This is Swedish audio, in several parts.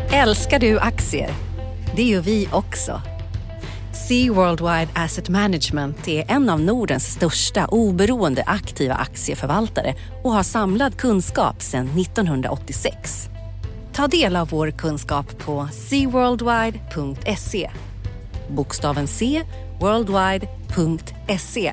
Älskar du aktier? Det gör vi också. Sea Worldwide Asset Management är en av Nordens största oberoende aktiva aktieförvaltare och har samlad kunskap sedan 1986. Ta del av vår kunskap på seaworldwide.se. Bokstaven C, worldwide.se.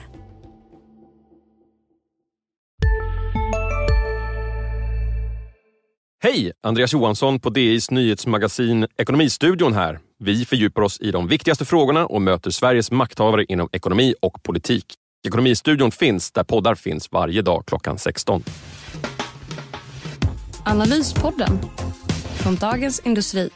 Hej, Andreas Johansson på DIs nyhetsmagasin Ekonomistudion här. Vi fördjupar oss i de viktigaste frågorna och möter Sveriges makthavare inom ekonomi och politik. Ekonomistudion finns där poddar finns varje dag klockan 16. Analyspodden från Dagens Industri.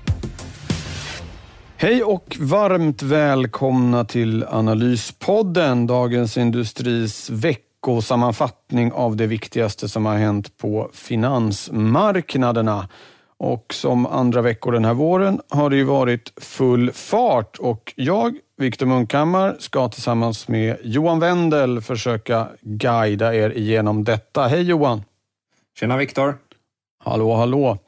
Hej och varmt välkomna till Analyspodden, Dagens Industris veckosammanfattning av det viktigaste som har hänt på finansmarknaderna. Och som andra veckor den här våren har det ju varit full fart och jag, Viktor Munkhammar, ska tillsammans med Johan Wendel försöka guida er igenom detta. Hej Johan! Tjena Viktor! Hallå!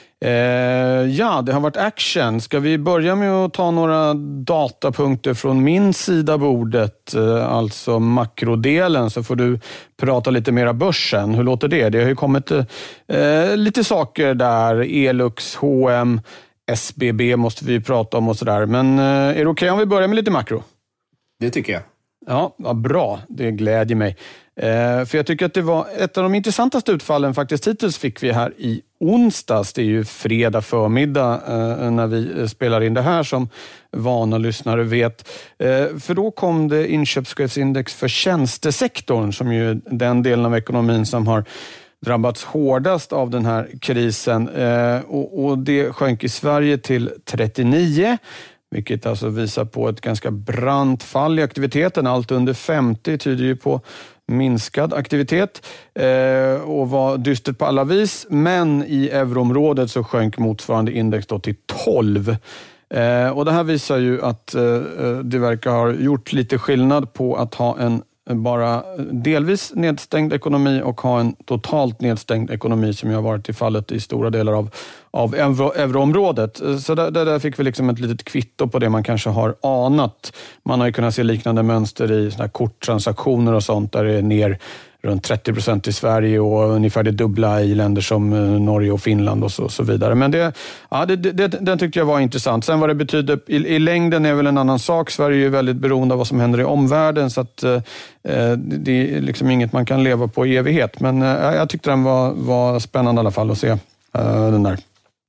Ja, det har varit action. Ska vi börja med att ta några datapunkter från min sida bordet, alltså makrodelen, så får du prata lite mera börsen. Hur låter det? Det har ju kommit lite saker där, Elux, H&M, SBB måste vi prata om och sådär. Men är det okej om vi börjar med lite makro? Det tycker jag. Ja, bra. Det glädjer mig. För jag tycker att det var ett av de intressantaste utfallen faktiskt hittills fick vi här i onsdags. Det är ju fredag förmiddag när vi spelar in det här, som vana lyssnare vet. För då kom det inköpschefsindex för tjänstesektorn, som ju är den delen av ekonomin som har drabbats hårdast av den här krisen. Och det sjönk i Sverige till 39. Vilket alltså visar på ett ganska brant fall i aktiviteten. Allt under 50 tyder ju på minskad aktivitet och var dystert på alla vis. Men i euroområdet så sjönk motsvarande index då till 12. Och det här visar ju att det verkar ha gjort lite skillnad på att ha en bara delvis nedstängd ekonomi och ha en totalt nedstängd ekonomi, som ju har varit i fallet i stora delar av euroområdet. Så där fick vi liksom ett litet kvitto på det man kanske har anat. Man har ju kunnat se liknande mönster i såna här korttransaktioner och sånt, där det är ner runt 30% i Sverige och ungefär det dubbla i länder som Norge och Finland och så vidare. Men den tyckte jag var intressant. Sen vad det betyder i längden är väl en annan sak. Sverige är ju väldigt beroende av vad som händer i omvärlden, så att det är liksom inget man kan leva på i evighet. Men jag tyckte den var spännande i alla fall att se den där.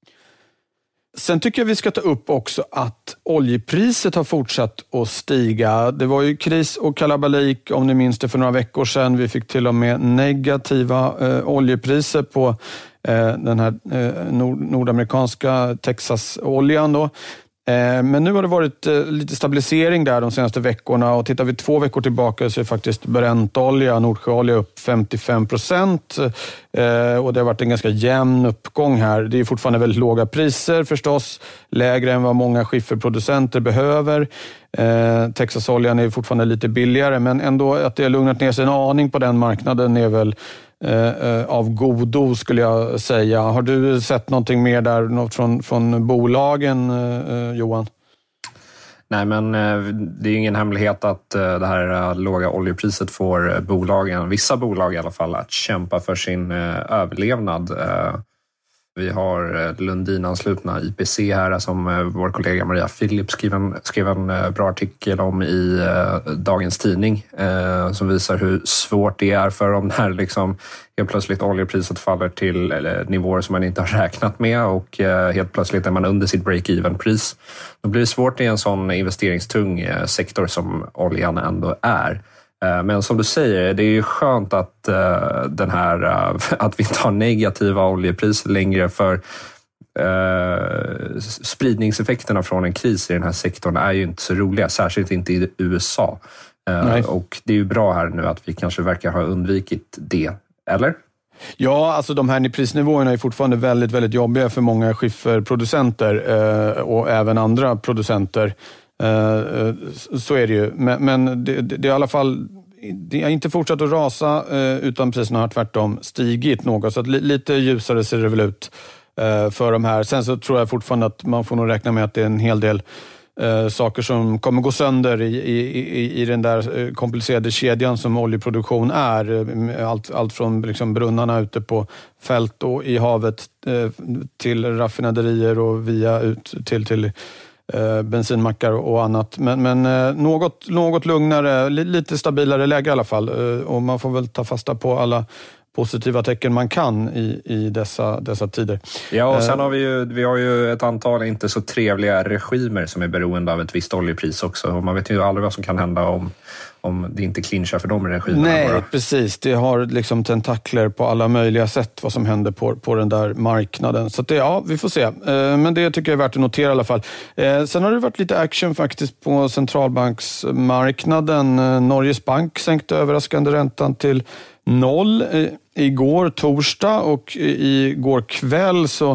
Sen tycker jag vi ska ta upp också att oljepriset har fortsatt att stiga. Det var ju kris och kalabalik, om ni minns det, för några veckor sedan. Vi fick till och med negativa oljepriser på den här nordamerikanska Texas-oljan då. Men nu har det varit lite stabilisering där de senaste veckorna, och tittar vi 2 veckor tillbaka så är faktiskt Brentolja, Nordsjöolja, upp 55%. Och det har varit en ganska jämn uppgång här. Det är fortfarande väldigt låga priser förstås, lägre än vad många skifferproducenter behöver. Texasoljan är fortfarande lite billigare, men ändå att det har lugnat ner sig en aning på den marknaden är väl av godo, skulle jag säga. Har du sett någonting mer där, något från bolagen, Johan? Nej, men det är ju ingen hemlighet att det här låga oljepriset får bolagen, vissa bolag i alla fall, att kämpa för sin överlevnad. Vi har Lundin-anslutna IPC här, som vår kollega Maria Philips skrev en bra artikel om i dagens tidning, som visar hur svårt det är för dem när liksom helt plötsligt oljepriset faller till nivåer som man inte har räknat med, och helt plötsligt är man under sitt break-even-pris. Då blir det svårt i en sån investeringstung sektor som oljan ändå är. Men som du säger, det är ju skönt att att vi inte har negativa oljepriser längre, för spridningseffekterna från en kris i den här sektorn är ju inte så roliga, särskilt inte i USA. Och det är ju bra här nu att vi kanske verkar ha undvikit det, eller? Ja, alltså de här prisnivåerna är fortfarande väldigt, väldigt jobbiga för många skifferproducenter och även andra producenter. Så är det ju. Men det är i alla fall, det har inte fortsatt att rasa, utan priserna har tvärtom stigit något. Så att lite ljusare ser det väl ut för de här. Sen så tror jag fortfarande att man får nog räkna med att det är en hel del saker som kommer gå sönder i den där komplicerade kedjan som oljeproduktion är. Allt från liksom brunnarna ute på fält och i havet till raffinaderier och via ut till bensinmackar och annat. Men något lugnare, lite stabilare läge i alla fall. Och man får väl ta fasta på alla positiva tecken man kan i dessa tider. Ja, och sen har vi har ju ett antal inte så trevliga regimer som är beroende av ett visst oljepris också. Och man vet ju aldrig vad som kan hända om det inte clinchar för de regimerna. Nej, bara. Precis. Det har liksom tentakler på alla möjliga sätt vad som händer på den där marknaden. Så att vi får se. Men det tycker jag är värt att notera i alla fall. Sen har det varit lite action faktiskt på centralbanksmarknaden. Norges Bank sänkte överraskande räntan till 0 igår torsdag, och igår kväll så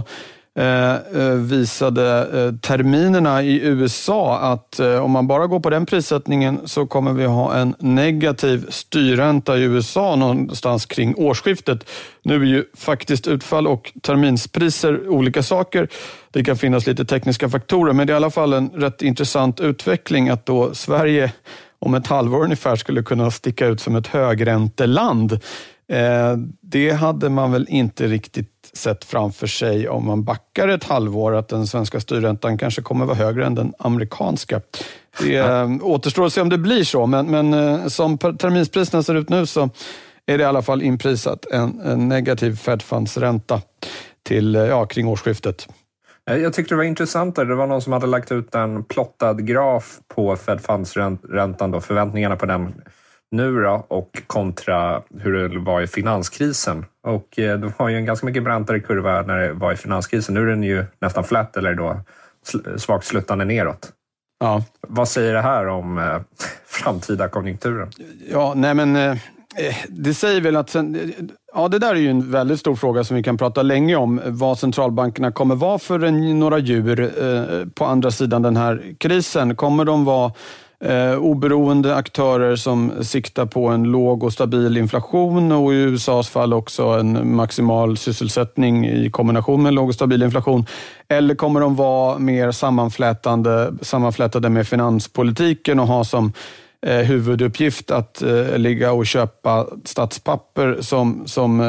visade terminerna i USA att om man bara går på den prissättningen så kommer vi ha en negativ styrränta i USA någonstans kring årsskiftet. Nu är ju faktiskt utfall och terminspriser olika saker. Det kan finnas lite tekniska faktorer, men det är i alla fall en rätt intressant utveckling att då Sverige om ett halvår ungefär skulle kunna sticka ut som ett högränteland. Det hade man väl inte riktigt sett framför sig om man backar ett halvår, att den svenska styrräntan kanske kommer vara högre än den amerikanska. Det återstår att se om det blir så, men som terminspriserna ser ut nu så är det i alla fall inprisat en negativ Fed Funds-ränta till kring årsskiftet. Jag tyckte det var intressant där. Det var någon som hade lagt ut en plottad graf på Fed Funds-räntan då, förväntningarna på den nu då, och kontra hur det var i finanskrisen. Och det var ju en ganska mycket brantare kurva när det var i finanskrisen. Nu är den ju nästan flat eller då svagt sluttande neråt. Ja. Vad säger det här om framtida konjunkturen? Ja, nej men det säger väl att det där är ju en väldigt stor fråga som vi kan prata länge om, vad centralbankerna kommer vara för några djur på andra sidan den här krisen. Kommer de vara oberoende aktörer som siktar på en låg och stabil inflation, och i USAs fall också en maximal sysselsättning i kombination med en låg och stabil inflation? Eller kommer de vara mer sammanflätade med finanspolitiken och ha som huvuduppgift att ligga och köpa statspapper som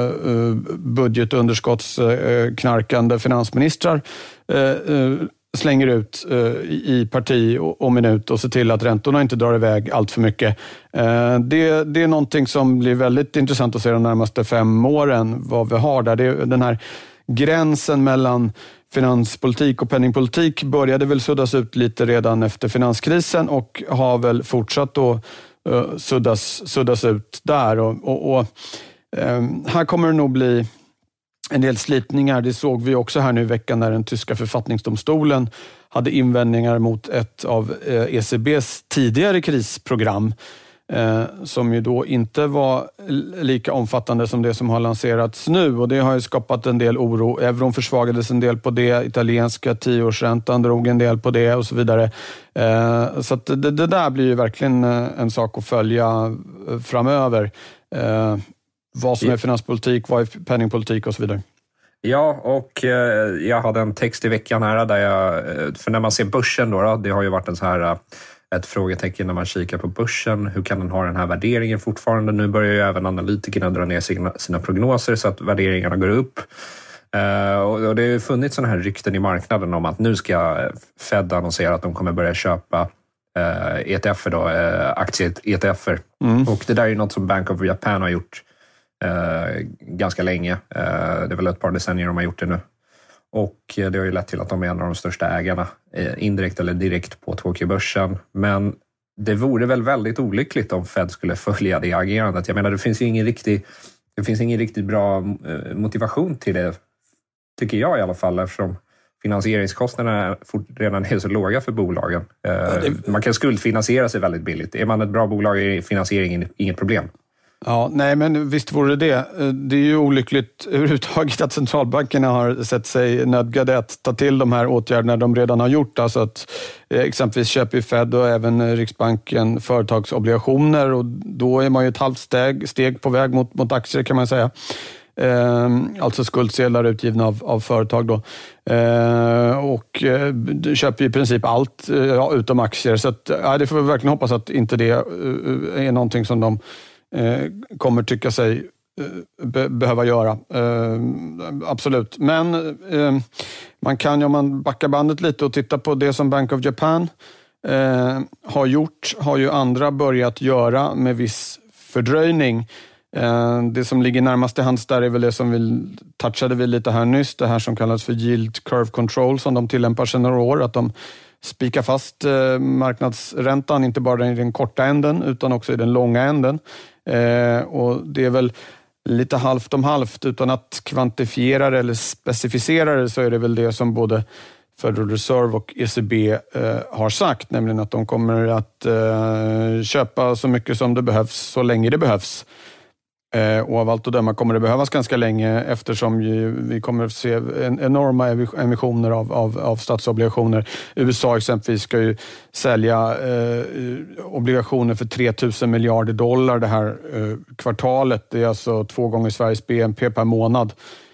budgetunderskottsknarkande finansministrar slänger ut i parti och minut och se till att räntorna inte drar iväg allt för mycket. Det är någonting som blir väldigt intressant att se de närmaste 5 åren, vad vi har där. Den här gränsen mellan finanspolitik och penningpolitik började väl suddas ut lite redan efter finanskrisen och har väl fortsatt att suddas ut där. Och här kommer det nog bli en del slitningar. Det såg vi också här nu i veckan när den tyska författningsdomstolen hade invändningar mot ett av ECBs tidigare krisprogram som ju då inte var lika omfattande som det som har lanserats nu, och det har ju skapat en del oro. Euron försvagades en del på det, italienska 10-årsräntan drog en del på det och så vidare. Så att det där blir ju verkligen en sak att följa framöver. Vad som är finanspolitik, vad är penningpolitik och så vidare. Ja, och jag hade en text i veckan här där för när man ser börsen då, det har ju varit en så här ett frågetecken när man kikar på börsen. Hur kan den ha den här värderingen fortfarande? Nu börjar ju även analytikerna dra ner sina prognoser så att värderingarna går upp. Och det har ju funnits sådana här rykten i marknaden om att nu ska Fed annonsera att de kommer börja köpa ETFer då, aktie-ETFer. Och det där är ju något som Bank of Japan har gjort ganska länge. Det är väl ett par decennier de har gjort det nu. Och det har ju lett till att de är en av de största ägarna indirekt eller direkt på Tokyo-börsen. Men det vore väl väldigt olyckligt om Fed skulle följa det agerandet. Jag menar, det finns ingen riktigt bra motivation till det, tycker jag i alla fall, eftersom finansieringskostnaderna redan är så låga för bolagen. Man kan skuldfinansiera sig väldigt billigt. Är man ett bra bolag är finansiering inget problem. Ja, nej, men visst vore det. Det är ju olyckligt överhuvudtaget att centralbankerna har sett sig nödgade att ta till de här åtgärderna de redan har gjort. Alltså att exempelvis köper Fed och även Riksbanken företagsobligationer, och då är man ju ett halvt steg på väg mot aktier, kan man säga. Alltså skuldsedlar utgivna av företag då. Och köper i princip allt utom aktier. Så att, det får vi verkligen hoppas att inte det är någonting som de kommer tycka sig behöva göra. Absolut. Men man kan, om man backar bandet lite och tittar på det som Bank of Japan har gjort, har ju andra börjat göra med viss fördröjning. Det som ligger närmast till hands där är väl det som vi touchade vid lite här nyss, det här som kallas för yield curve control som de tillämpar sedan några år, att de spikar fast marknadsräntan inte bara i den korta änden utan också i den långa änden. Och det är väl lite halvt om halvt, utan att kvantifiera det eller specificera det, så är det väl det som både Federal Reserve och ECB har sagt, nämligen att de kommer att köpa så mycket som det behövs så länge det behövs. Och av allt att döma kommer det behövas ganska länge, eftersom vi kommer att se enorma emissioner av statsobligationer. USA exempelvis ska ju sälja obligationer för 3 000 miljarder dollar det här kvartalet. Det är alltså 2 gånger Sveriges BNP per månad.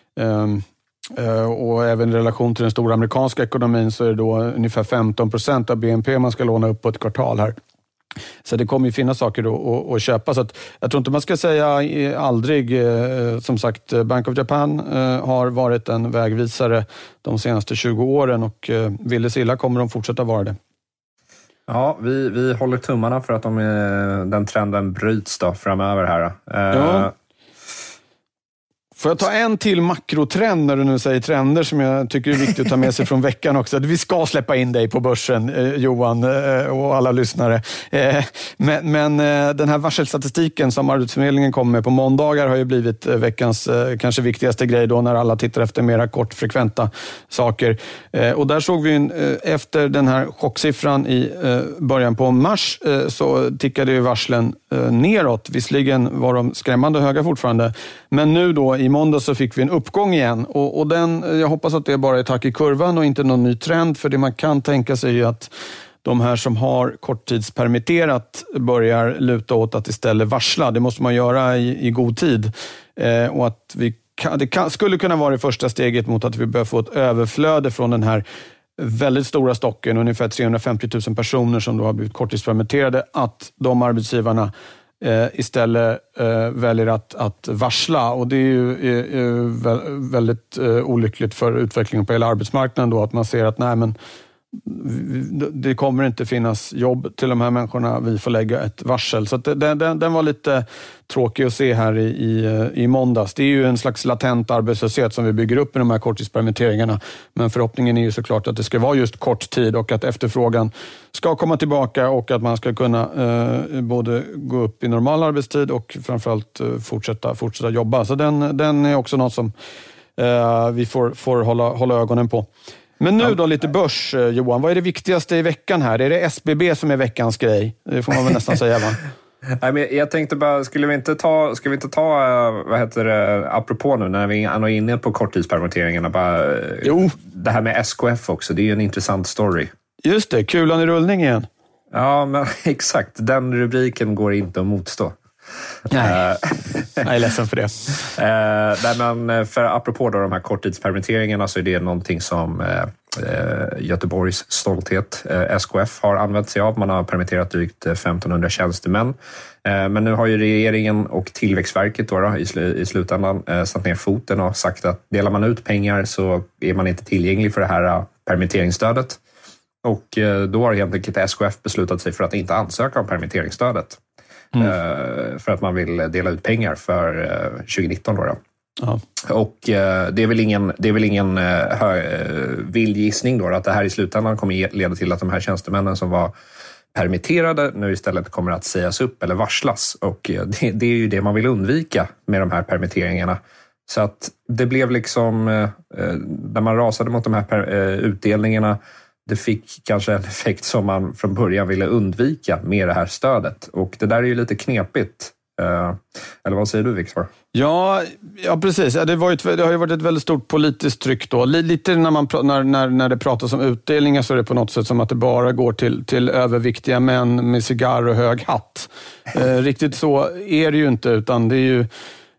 Och även i relation till den stora amerikanska ekonomin så är det då ungefär 15% av BNP man ska låna upp på ett kvartal här. Så det kommer ju finnas saker då att köpa. Så att jag tror inte man ska säga aldrig. Som sagt, Bank of Japan har varit en vägvisare de senaste 20 åren och vill det illa kommer de fortsätta vara det. Ja, vi håller tummarna för att den trenden bryts då framöver här. Ja. Får jag ta en till makrotrend när du nu säger trender som jag tycker är viktigt att ta med sig från veckan också. Vi ska släppa in dig på börsen, Johan, och alla lyssnare. Men den här varselstatistiken som Arbetsförmedlingen kom med på måndagar har ju blivit veckans kanske viktigaste grej då, när alla tittar efter mera kortfrekventa saker. Och där såg vi efter den här chocksiffran i början på mars så tickade ju varslen neråt. Visserligen var de skrämmande höga fortfarande, men nu då i måndag så fick vi en uppgång igen och jag hoppas att det bara är tack i kurvan och inte någon ny trend, för det man kan tänka sig är att de här som har korttidspermitterat börjar luta åt att istället varsla. Det måste man göra i god tid och att skulle kunna vara det första steget mot att vi börjar få ett överflöde från den här väldigt stora stocken, ungefär 350 000 personer som då har blivit korttidspermitterade, att de arbetsgivarna istället väljer att varsla, och det är ju väldigt olyckligt för utvecklingen på hela arbetsmarknaden då, att man ser att det kommer inte finnas jobb till de här människorna, vi får lägga ett varsel. Så att den var lite tråkig att se här i måndags. Det är ju en slags latent arbetslöshet som vi bygger upp med de här korttidspermitteringarna, men förhoppningen är ju såklart att det ska vara just kort tid och att efterfrågan ska komma tillbaka och att man ska kunna både gå upp i normal arbetstid och framförallt fortsätta jobba. Så den är också något som vi får hålla ögonen på. Men nu då lite börs, Johan. Vad är det viktigaste i veckan här? Är det SBB som är veckans grej? Det får man väl nästan säga, va? Nej, men jag tänkte bara, ska vi inte ta vad heter det, apropå nu när vi är inne på korttidspermitteringarna, bara det här med SKF också, det är ju en intressant story. Just det, kulan i rullning igen. Ja, men exakt. Den rubriken går inte att motstå. Nej, jag är ledsen för det. Men för apropå då de här korttidspermitteringarna så är det någonting som Göteborgs stolthet, SKF, har använt sig av. Man har permitterat drygt 1500 tjänstemän. Men nu har ju regeringen och Tillväxtverket då i slutändan satt ner foten och sagt att delar man ut pengar så är man inte tillgänglig för det här permitteringsstödet. Och då har helt enkelt SKF beslutat sig för att inte ansöka om permitteringsstödet. För att man vill dela ut pengar för 2019 då. Ja. Och det är väl ingen vild gissning då att det här i slutändan kommer leda till att de här tjänstemännen som var permitterade nu istället kommer att sägas upp eller varslas. Och det är ju det man vill undvika med de här permitteringarna. Så att det blev liksom, när man rasade mot de här utdelningarna, det fick kanske en effekt som man från början ville undvika med det här stödet. Och det där är ju lite knepigt. Eller vad säger du, Victor? Ja, precis. Det har ju varit ett väldigt stort politiskt tryck då. Lite när det pratas om utdelningar så är det på något sätt som att det bara går till överviktiga män med cigarr och hög hatt. Riktigt så är det ju inte, utan det är ju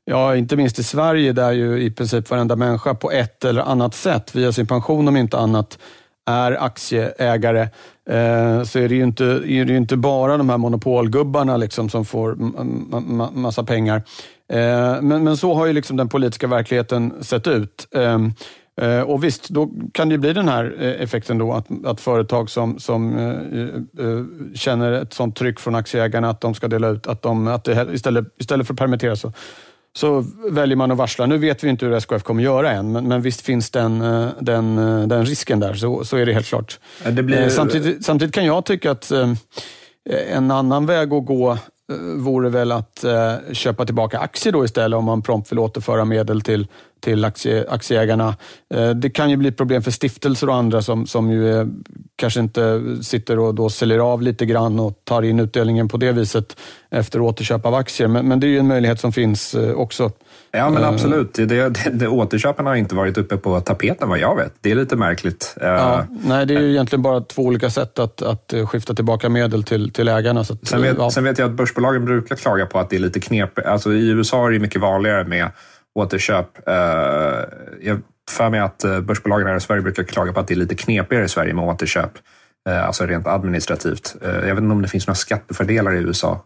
Ja, inte minst i Sverige där ju i princip varenda människa på ett eller annat sätt via sin pension om inte annat är aktieägare, så är det ju inte bara de här monopolgubbarna liksom som får massa pengar. Men så har ju liksom den politiska verkligheten sett ut. Och visst, då kan det bli den här effekten då att företag som känner ett sånt tryck från aktieägarna att de ska dela ut, att det istället för att permittera så väljer man att varsla. Nu vet vi inte hur SKF kommer göra än, men visst finns den risken där, så är det helt klart. Det blir... Samtidigt kan jag tycka att en annan väg att gå vore väl att köpa tillbaka aktier då istället, om man prompt vill återföra medel till aktieägarna. Det kan ju bli problem för stiftelser och andra som ju kanske inte sitter och då säljer av lite grann och tar in utdelningen på det viset efter återköp av aktier. Men det är ju en möjlighet som finns också. Ja, men absolut. Det återköpen har inte varit uppe på tapeten vad jag vet. Det är lite märkligt. Nej, det är ju egentligen bara 2 olika sätt att skifta tillbaka medel till ägarna. Så att, sen vet jag att börsbolagen brukar klaga på att det är lite knepigt. Alltså i USA är det mycket vanligare med återköp. Jag för mig att börsbolagen här i Sverige brukar klaga på att det är lite knepigare i Sverige med återköp. Alltså rent administrativt. Jag vet inte om det finns några skattefördelar i USA.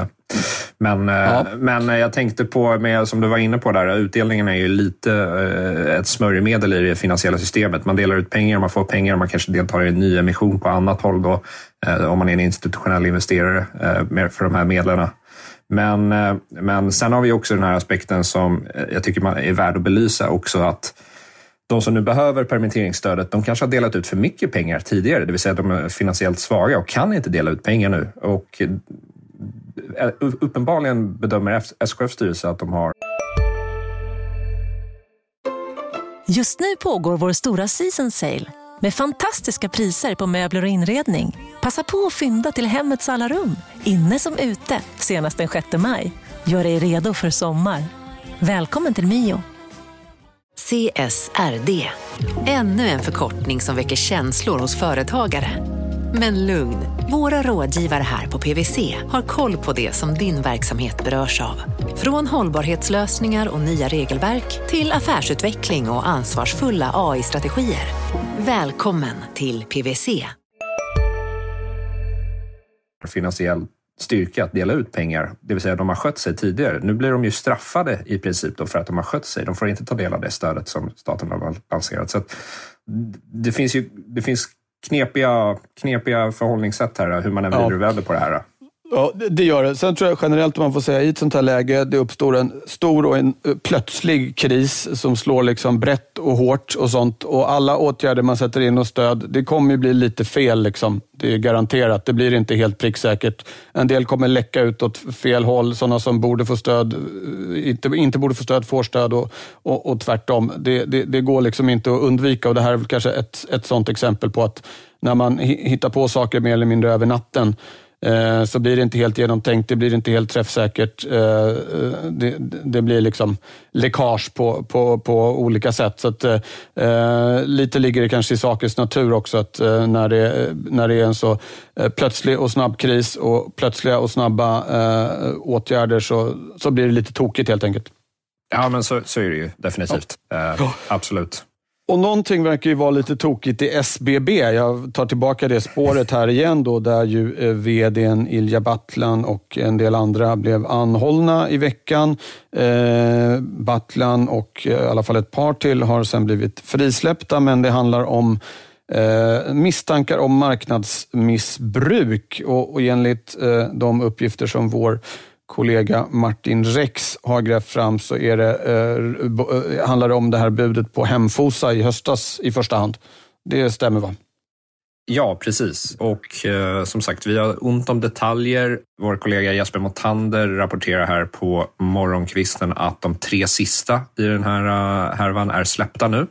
Men jag tänkte på, som du var inne på där, utdelningen är ju lite ett smörjmedel i det finansiella systemet. Man delar ut pengar, man får pengar, man kanske deltar i en ny emission på annat håll då, om man är en institutionell investerare för de här medlen. Men sen har vi också den här aspekten som jag tycker man är värd att belysa också, att de som nu behöver permitteringsstödet, de kanske har delat ut för mycket pengar tidigare, det vill säga att de är finansiellt svaga och kan inte dela ut pengar nu. Och uppenbarligen bedömer SKFs styrelse att de har. Just nu pågår vår stora season sale med fantastiska priser på möbler och inredning. Passa på att fynda till hemmets alla rum, inne som ute, senast den 6 maj. Gör dig redo för sommar. Välkommen till Mio. CSRD. Ännu en förkortning som väcker känslor hos företagare. Men lugn, våra rådgivare här på PwC har koll på det som din verksamhet berörs av. Från hållbarhetslösningar och nya regelverk till affärsutveckling och ansvarsfulla AI-strategier. Välkommen till PwC. Finansiell styrka att dela ut pengar, det vill säga de har skött sig tidigare. Nu blir de ju straffade i princip då för att de har skött sig. De får inte ta del av det stödet som staten har lanserat. Så att det finns knepiga förhållningssätt här, hur man än vrider och vänder på det här. Ja, det gör det. Sen tror jag generellt, om man får säga, i ett sånt här läge, det uppstår en stor och en plötslig kris som slår liksom brett och hårt och sånt. Och alla åtgärder man sätter in och stöd, det kommer ju bli lite fel liksom. Det är garanterat. Det blir inte helt pricksäkert. En del kommer läcka ut åt fel håll. Sådana som borde få stöd, inte borde få stöd, får stöd och tvärtom. Det går liksom inte att undvika, och det här är väl kanske ett sånt exempel på att när man hittar på saker mer eller mindre över natten, så blir det inte helt genomtänkt, det blir inte helt träffsäkert, det blir liksom läckage på olika sätt. Så att, lite ligger det kanske i sakens natur också att när det är en så plötslig och snabb kris och plötsliga och snabba åtgärder så blir det lite tokigt helt enkelt. Ja, men så är det ju definitivt. Absolut. Och någonting verkar ju vara lite tokigt i SBB. Jag tar tillbaka det spåret här igen då, där ju vdn Ilja Batljan och en del andra blev anhållna i veckan. Batljan och i alla fall ett par till har sedan blivit frisläppta, men det handlar om misstankar om marknadsmissbruk, och enligt de uppgifter som vår kollega Martin Rex har grävt fram så handlar det om det här budet på Hemfosa i höstas i första hand. Det stämmer, va? Ja, precis. Och som sagt, vi har ont om detaljer. Vår kollega Jesper Motander rapporterar här på morgonkvisten att de 3 sista i den här härvan är släppta nu.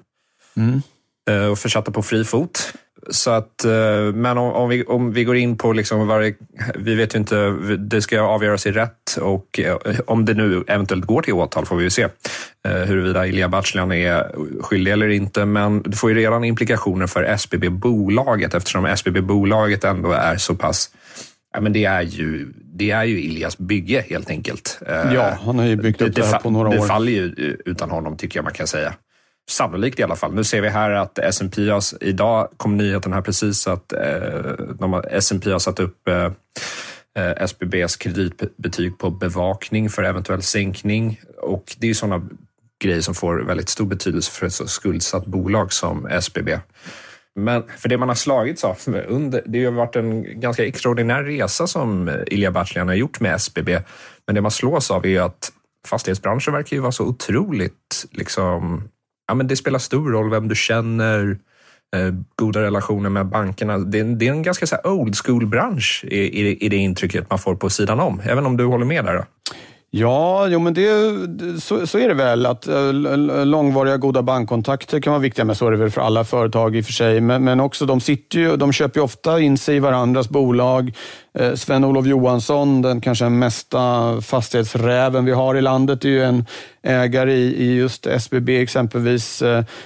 Och försatta på fri fot. Så att, men om vi går in på liksom vi vet ju inte, det ska avgöras i rätt, och om det nu eventuellt går till åtal får vi ju se huruvida Ilja Batljan är skyldig eller inte, men det får ju redan implikationer för SBB-bolaget, eftersom SBB-bolaget ändå är så pass Ja, men det är ju Ilias bygge helt enkelt. Ja, han har ju byggt upp det här på några år. Det faller ju utan honom, tycker jag man kan säga. Sannolikt i alla fall. Nu ser vi här att S&P idag kom nyheten här precis att S&P har satt upp SBBs kreditbetyg på bevakning för eventuell sänkning. Och det är sådana grejer som får väldigt stor betydelse för ett så skuldsatt bolag som SBB. Men för det man har slagits av det har varit en ganska extraordinär resa som Ilija Batljan har gjort med SBB. Men det man slås av är att fastighetsbranschen verkar ju vara så otroligt liksom, ja, men det spelar stor roll vem du känner, goda relationer med bankerna. Det är en ganska så här old school bransch i det intrycket man får på sidan om. Även om du håller med där då? Ja, jo, men så är det väl. Att långvariga goda bankkontakter kan vara viktiga, men så är det väl för alla företag i och för sig. Men också de köper ju ofta in sig i varandras bolag. Sven-Olof Johansson, den kanske mesta fastighetsräven vi har i landet, är ju en ägare i just SBB exempelvis.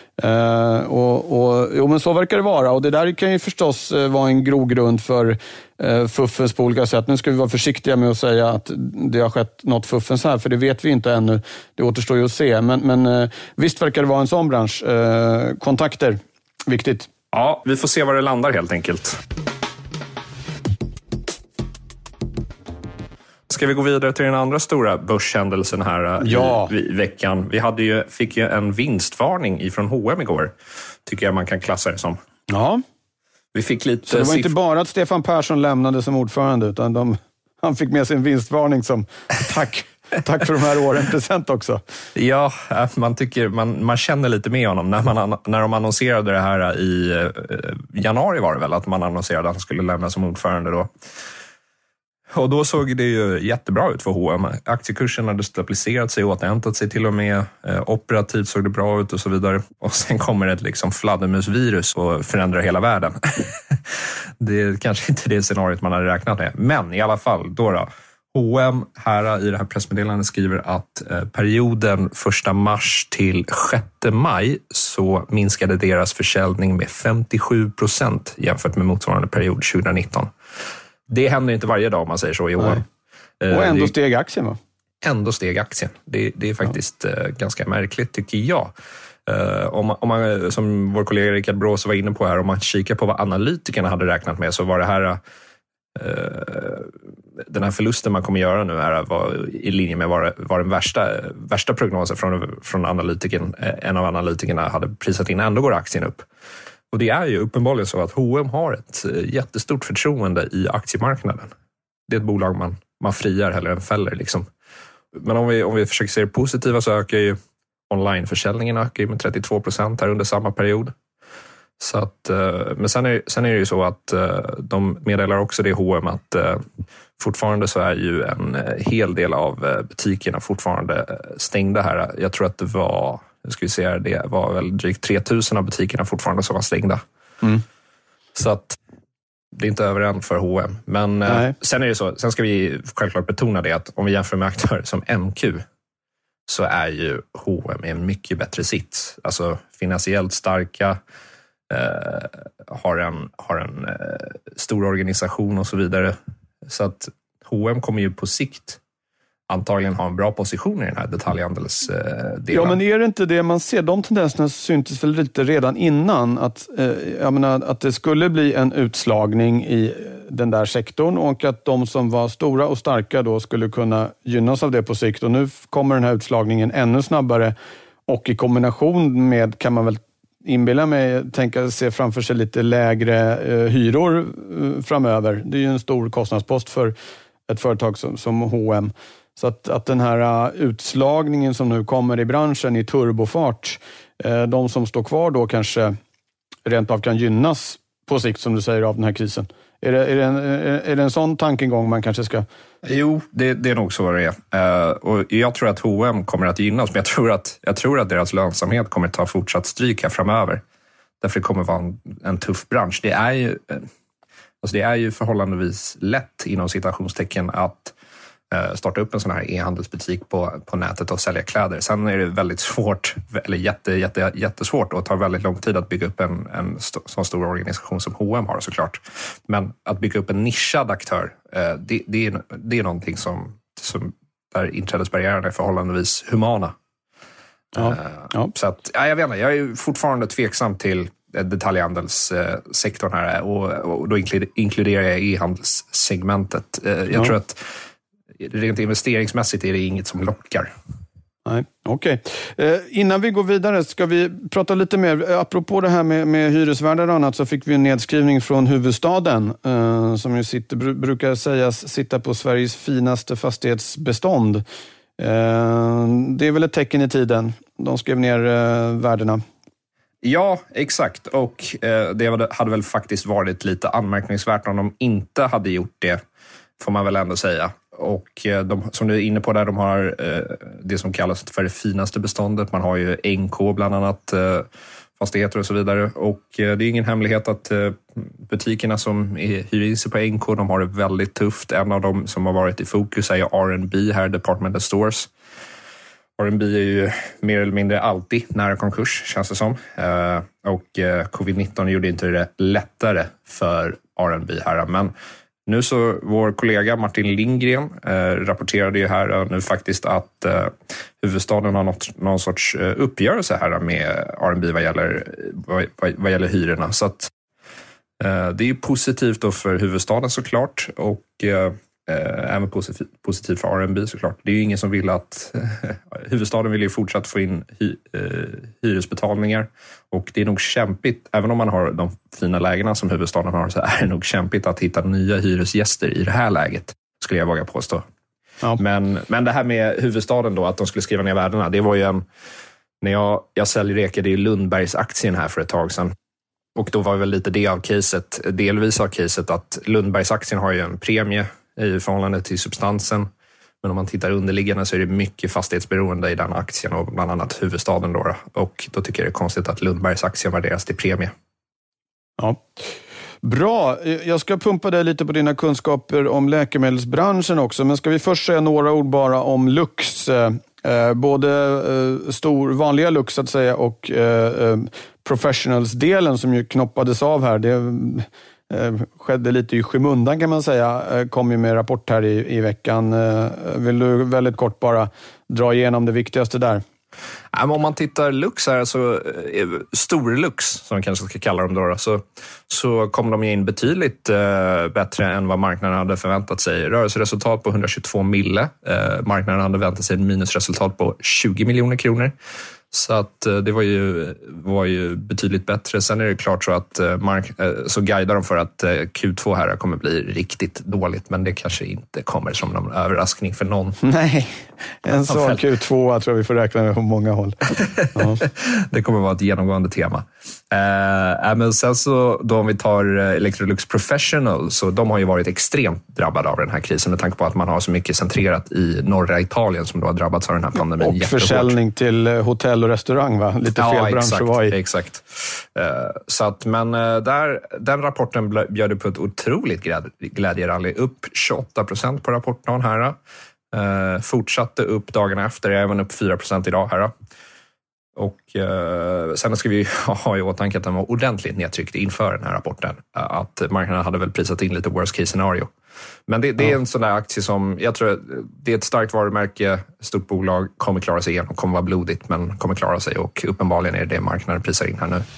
Jo, men så verkar det vara. Och det där kan ju förstås vara en grogrund för fuffens på olika sätt. Nu ska vi vara försiktiga med att säga att det har skett något fuffens här, för det vet vi inte ännu. Det återstår ju att se. Men visst verkar det vara en sån bransch. Kontakter, viktigt. Ja, vi får se var det landar helt enkelt. Ska vi gå vidare till den andra stora börshändelsen här i veckan? Vi fick ju en vinstvarning ifrån H&M igår. Tycker jag man kan klassa det som. Ja. Vi fick lite så det var inte bara att Stefan Persson lämnade som ordförande, utan han fick med sin vinstvarning som tack för de här åren present också. Ja, man känner lite med honom. När de annonserade det här i januari var det väl, att man annonserade att han skulle lämna som ordförande då. Och då såg det ju jättebra ut för H&M. Aktiekursen hade stabiliserat sig, återhämtat sig till och med. Operativt såg det bra ut och så vidare. Och sen kommer ett liksom fladdermusvirus och förändrar hela världen. Det är kanske inte det scenariot man hade räknat med. Men i alla fall, då. H&M här i det här pressmeddelandet skriver att perioden 1 mars till 6 maj så minskade deras försäljning med 57% jämfört med motsvarande period 2019. Det händer inte varje dag om man säger så i H&M. Och ändå steg aktien, va? Ändå steg aktien. Det är faktiskt ganska märkligt, tycker jag. Om man, som vår kollega Rickard Brås var inne på här, om man kikar på vad analytikerna hade räknat med, så var det här den här förlusten man kommer göra nu var i linje med var den värsta prognosen från analytikern. En av analytikerna hade prisat in, ändå går aktien upp. Och det är ju uppenbarligen så att H&M har ett jättestort förtroende i aktiemarknaden. Det är ett bolag man friar hellre än fäller liksom. Men om vi försöker se det positiva, så ökar ju onlineförsäljningen med 32% här under samma period. Så att, men sen är det ju så att de meddelar också det H&M att fortfarande så är ju en hel del av butikerna fortfarande stängda här. Jag tror att det var väl drygt 3000 av butikerna fortfarande som var stängda. Mm. Så att det är inte över än för H&M. Men sen är det så, sen ska vi självklart betona det att om vi jämför med aktörer som MQ, så är ju H&M en mycket bättre sits. Alltså finansiellt starka, har en stor organisation och så vidare. Så att H&M kommer ju på sikt antagligen ha en bra position i den här detaljhandelsdelen. Ja, men är det inte det man ser? De tendenserna syntes väl lite redan innan att det skulle bli en utslagning i den där sektorn, och att de som var stora och starka då skulle kunna gynnas av det på sikt. Och nu kommer den här utslagningen ännu snabbare, och i kombination med, kan man väl inbilla mig, se framför sig lite lägre hyror framöver. Det är ju en stor kostnadspost för ett företag som H&M. Så att den här utslagningen som nu kommer i branschen i turbofart, de som står kvar då kanske rent av kan gynnas på sikt, som du säger, av den här krisen. Är det en sån tankegång man kanske ska... Jo, det är nog så det är. Och jag tror att H&M kommer att gynnas, men jag tror att deras lönsamhet kommer att ta fortsatt stryk här framöver. Därför det kommer vara en tuff bransch. Det är ju förhållandevis lätt inom citationstecken att starta upp en sån här e-handelsbutik på nätet och sälja kläder. Sen är det väldigt svårt, eller jättesvårt och tar väldigt lång tid att bygga upp en sån stor organisation som H&M har såklart. Men att bygga upp en nischad aktör, det är någonting som där inträdesbarriärerna är förhållandevis humana. Ja. Så att, jag vet inte, jag är fortfarande tveksam till detaljhandelssektorn här och då inkluderar jag e-handelssegmentet. Jag tror att rent investeringsmässigt är det inget som lockar. Nej, okej. Innan vi går vidare ska vi prata lite mer. Apropå det här med hyresvärdar och annat så fick vi en nedskrivning från huvudstaden som ju brukar sägas sitta på Sveriges finaste fastighetsbestånd. Det är väl ett tecken i tiden. De skrev ner värdena. Ja, exakt. Och det hade väl faktiskt varit lite anmärkningsvärt om de inte hade gjort det, får man väl ändå säga. Och som du är inne på där, de har det som kallas för det finaste beståndet. Man har ju NK bland annat, fastigheter och så vidare. Och det är ingen hemlighet att butikerna som hyr in sig på NK, de har det väldigt tufft. En av dem som har varit i fokus är ju R&B här, Department Stores. R&B är ju mer eller mindre alltid nära konkurs, känns det som. Och covid-19 gjorde inte det lättare för R&B här. Men nu så, vår kollega Martin Lindgren rapporterade ju här nu faktiskt att huvudstaden har någon sorts uppgörelse här med R&B vad gäller hyrorna. Så att det är ju positivt då för huvudstaden såklart, och även positivt för R&B såklart. Det är ju ingen som vill att huvudstaden vill ju fortsatt få in hyresbetalningar, och det är nog kämpigt, även om man har de fina lägena som huvudstaden har, så är det nog kämpigt att hitta nya hyresgäster i det här läget, skulle jag våga påstå. Ja. Men det här med huvudstaden då, att de skulle skriva ner värdena, det var ju när jag säljrekade ju Lundbergsaktien här för ett tag sedan. Och då var väl lite det av caset, delvis av caset, att Lundbergsaktien har ju en premie i förhållande till substansen. Men om man tittar underliggande så är det mycket fastighetsberoende i den aktien, och bland annat huvudstaden då. Och då tycker jag det är konstigt att Lundbergsaktien värderas till premie. Ja. Bra, jag ska pumpa dig lite på dina kunskaper om läkemedelsbranschen också. Men ska vi först säga några ord bara om Lux. Både vanliga Lux så att säga och professionals-delen som ju knoppades av här. Det skedde lite i skymundan kan man säga. Kom ju med rapport här i veckan. Vill du väldigt kort bara dra igenom det viktigaste där? Om man tittar Lux här, så stor Lux som man kanske ska kalla dem då, så kom de in betydligt bättre än vad marknaden hade förväntat sig. Rörelseresultat på 122 mille. Marknaden hade väntat sig ett minusresultat på 20 miljoner kronor. Så att det var ju betydligt bättre. Sen är det klart så att så guidar de för att Q2 här kommer bli riktigt dåligt, men det kanske inte kommer som någon överraskning för någon. Nej, en sån Q2 tror jag vi får räkna med på många håll. Ja. Det kommer vara ett genomgående tema. Men sen så då om vi tar Electrolux Professional, så de har ju varit extremt drabbade av den här krisen med tanke på att man har så mycket centrerat i norra Italien som då har drabbats av den här pandemin. Och försäljning till hotell och restaurang, va? Lite fel bransch att vara i. Exakt. Så att, men den rapporten bjöd på ett otroligt glädjerally. Upp 28% på rapporten här. Fortsatte upp dagarna efter, även upp 4% idag här. Och sen ska vi ha i åtanke att den var ordentligt nedtryckt inför den här rapporten. Att marknaden hade väl prisat in lite worst case scenario. Men det är en sån där aktie som, jag tror det är ett starkt varumärke, stort bolag, kommer klara sig igen och kommer vara blodigt, men kommer klara sig, och uppenbarligen är det marknaden prisar in här nu.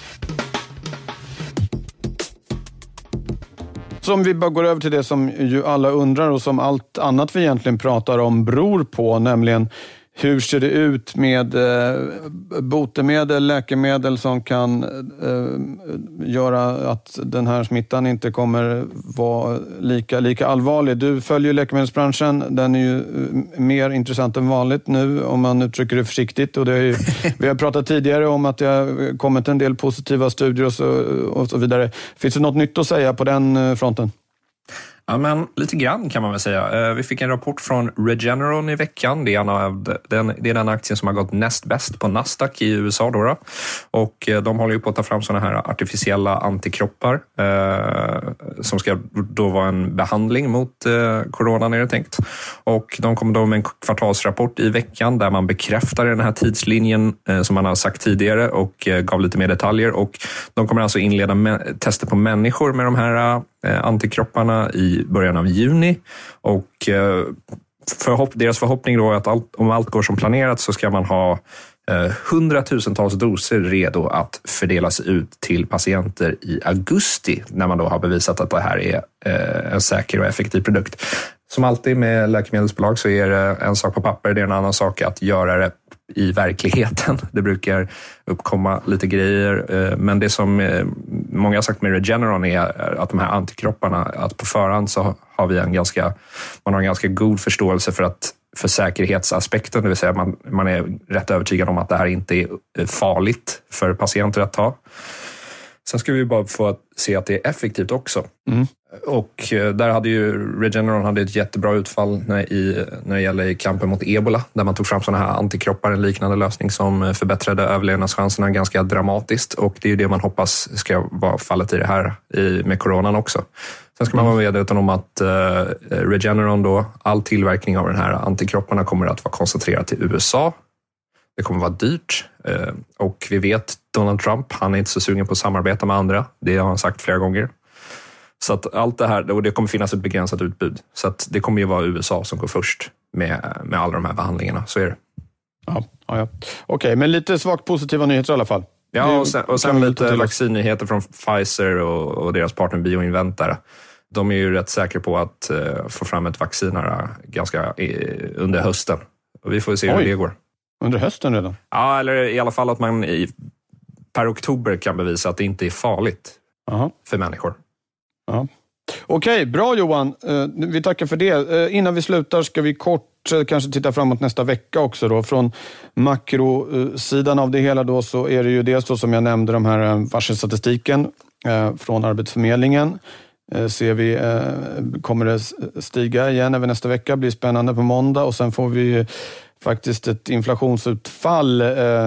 Så om vi bara går över till det som ju alla undrar och som allt annat vi egentligen pratar om beror på, nämligen hur ser det ut med botemedel, läkemedel som kan göra att den här smittan inte kommer vara lika allvarlig? Du följer läkemedelsbranschen, den är ju mer intressant än vanligt nu om man uttrycker det försiktigt. Och det är ju, vi har pratat tidigare om att det har kommit en del positiva studier och så vidare. Finns det något nytt att säga på den fronten? Ja, men lite grann kan man väl säga. Vi fick en rapport från Regeneron i veckan. Det är den aktien som har gått näst bäst på Nasdaq i USA då. Och de håller ju på att ta fram såna här artificiella antikroppar som ska då vara en behandling mot coronan, är det tänkt. Och de kommer då med en kvartalsrapport i veckan där man bekräftar den här tidslinjen som man har sagt tidigare och gav lite mer detaljer. Och de kommer alltså inleda tester på människor med de här antikropparna i början av juni, och deras förhoppning då är att om allt går som planerat så ska man ha 100,000-tals doser redo att fördelas ut till patienter i augusti, när man då har bevisat att det här är en säker och effektiv produkt. Som alltid med läkemedelsbolag så är det en sak på papper, det är en annan sak att göra det i verkligheten. Det brukar uppkomma lite grejer, men det som många har sagt med Regeneron är att de här antikropparna, att på förhand så har vi man har en ganska god förståelse för säkerhetsaspekten, det vill säga man är rätt övertygad om att det här inte är farligt för patienter att ta. Sen ska vi bara få se att det är effektivt också. Mm. Och där hade ju Regeneron ett jättebra utfall när det gäller kampen mot Ebola, där man tog fram sådana här antikroppar, en liknande lösning som förbättrade överlevnadschanserna ganska dramatiskt. Och det är ju det man hoppas ska vara fallet i det här med coronan också. Sen ska man vara medveten om att Regeneron då, all tillverkning av den här antikropparna kommer att vara koncentrerad till USA. Det kommer vara dyrt, och vi vet Donald Trump, han är inte så sugen på att samarbeta med andra. Det har han sagt flera gånger. Så att allt det här, och det kommer finnas ett begränsat utbud. Så att det kommer ju vara USA som går först med alla de här behandlingarna, så är det. Ja. Okej, men lite svagt positiva nyheter i alla fall. Ja, och sen lite vaccinnyheter från Pfizer och deras partner BioInvent. De är ju rätt säkra på att få fram ett vaccin här ganska under hösten. Och vi får se hur det går. Under hösten redan? Ja, eller i alla fall att man per oktober kan bevisa att det inte är farligt för människor. Ja. Okej, bra Johan. Vi tackar för det. Innan vi slutar ska vi kort kanske titta framåt nästa vecka också då. Från makrosidan av det hela då så är det ju dels då som jag nämnde de här varselstatistiken från Arbetsförmedlingen. Ser vi, kommer det stiga igen även nästa vecka, blir spännande på måndag, och sen får vi faktiskt ett inflationsutfall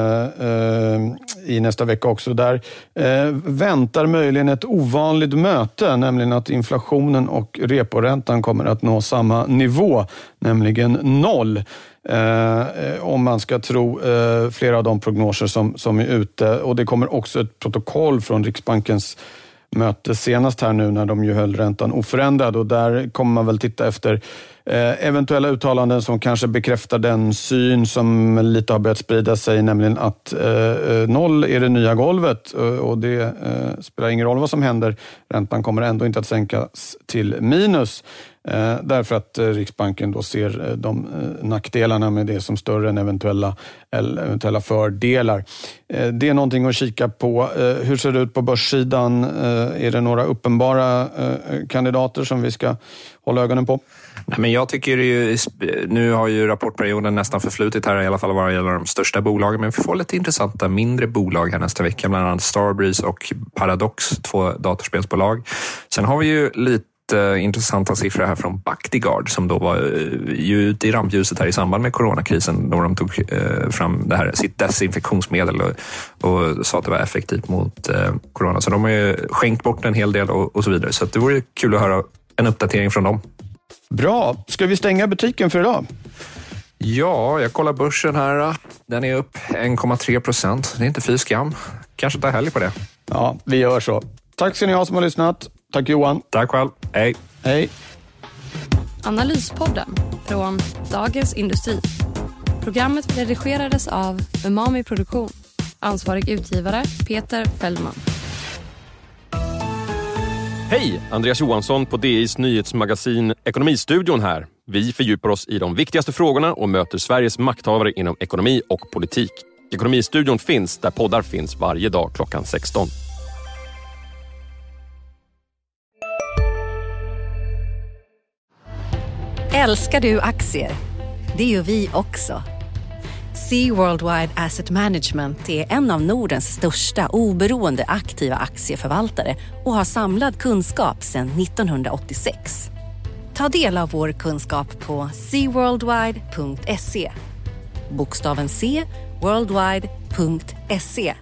i nästa vecka också. Där väntar möjligen ett ovanligt möte, nämligen att inflationen och reporäntan kommer att nå samma nivå, nämligen 0. Om man ska tro flera av de prognoser som är ute. Och det kommer också ett protokoll från Riksbankens möte senast här nu när de ju höll räntan oförändrad, och där kommer man väl titta efter eventuella uttalanden som kanske bekräftar den syn som lite har börjat sprida sig, nämligen att 0 är det nya golvet, och det spelar ingen roll vad som händer. Räntan kommer ändå inte att sänkas till minus, därför att Riksbanken då ser de nackdelarna med det som större än eventuella fördelar. Det är någonting att kika på. Hur ser det ut på börssidan? Är det några uppenbara kandidater som vi ska hålla ögonen på? Nej, men jag tycker nu har ju rapportperioden nästan förflutit här, i alla fall vad det gäller de största bolagen, men vi får lite intressanta mindre bolag här nästa vecka, bland annat Starbreeze och Paradox, 2 datorspelsbolag. Sen har vi ju lite intressanta siffror här från Bactiguard som då var ju ute i rampljuset här i samband med coronakrisen, då de tog fram det här, sitt desinfektionsmedel och sa att det var effektivt mot corona. Så de har ju skänkt bort en hel del och så vidare. Så det vore kul att höra en uppdatering från dem. Bra. Ska vi stänga butiken för idag? Ja, jag kollar börsen här. Den är upp 1,3%. Det är inte fy skam. Kanske ta helg på det. Ja, vi gör så. Tack ska ni ha som har lyssnat. Tack Johan. Tack själv. Hej. Hej. Analyspodden från Dagens Industri. Programmet redigerades av Umami Produktion. Ansvarig utgivare Peter Fällman. Hej, Andreas Johansson på DIs nyhetsmagasin Ekonomistudion här. Vi fördjupar oss i de viktigaste frågorna och möter Sveriges makthavare inom ekonomi och politik. Ekonomistudion finns där poddar finns varje dag klockan 16. Älskar du aktier? Det gör vi också. Sea Worldwide Asset Management är en av Nordens största oberoende aktiva aktieförvaltare och har samlad kunskap sedan 1986. Ta del av vår kunskap på seaworldwide.se. Bokstaven C, worldwide.se.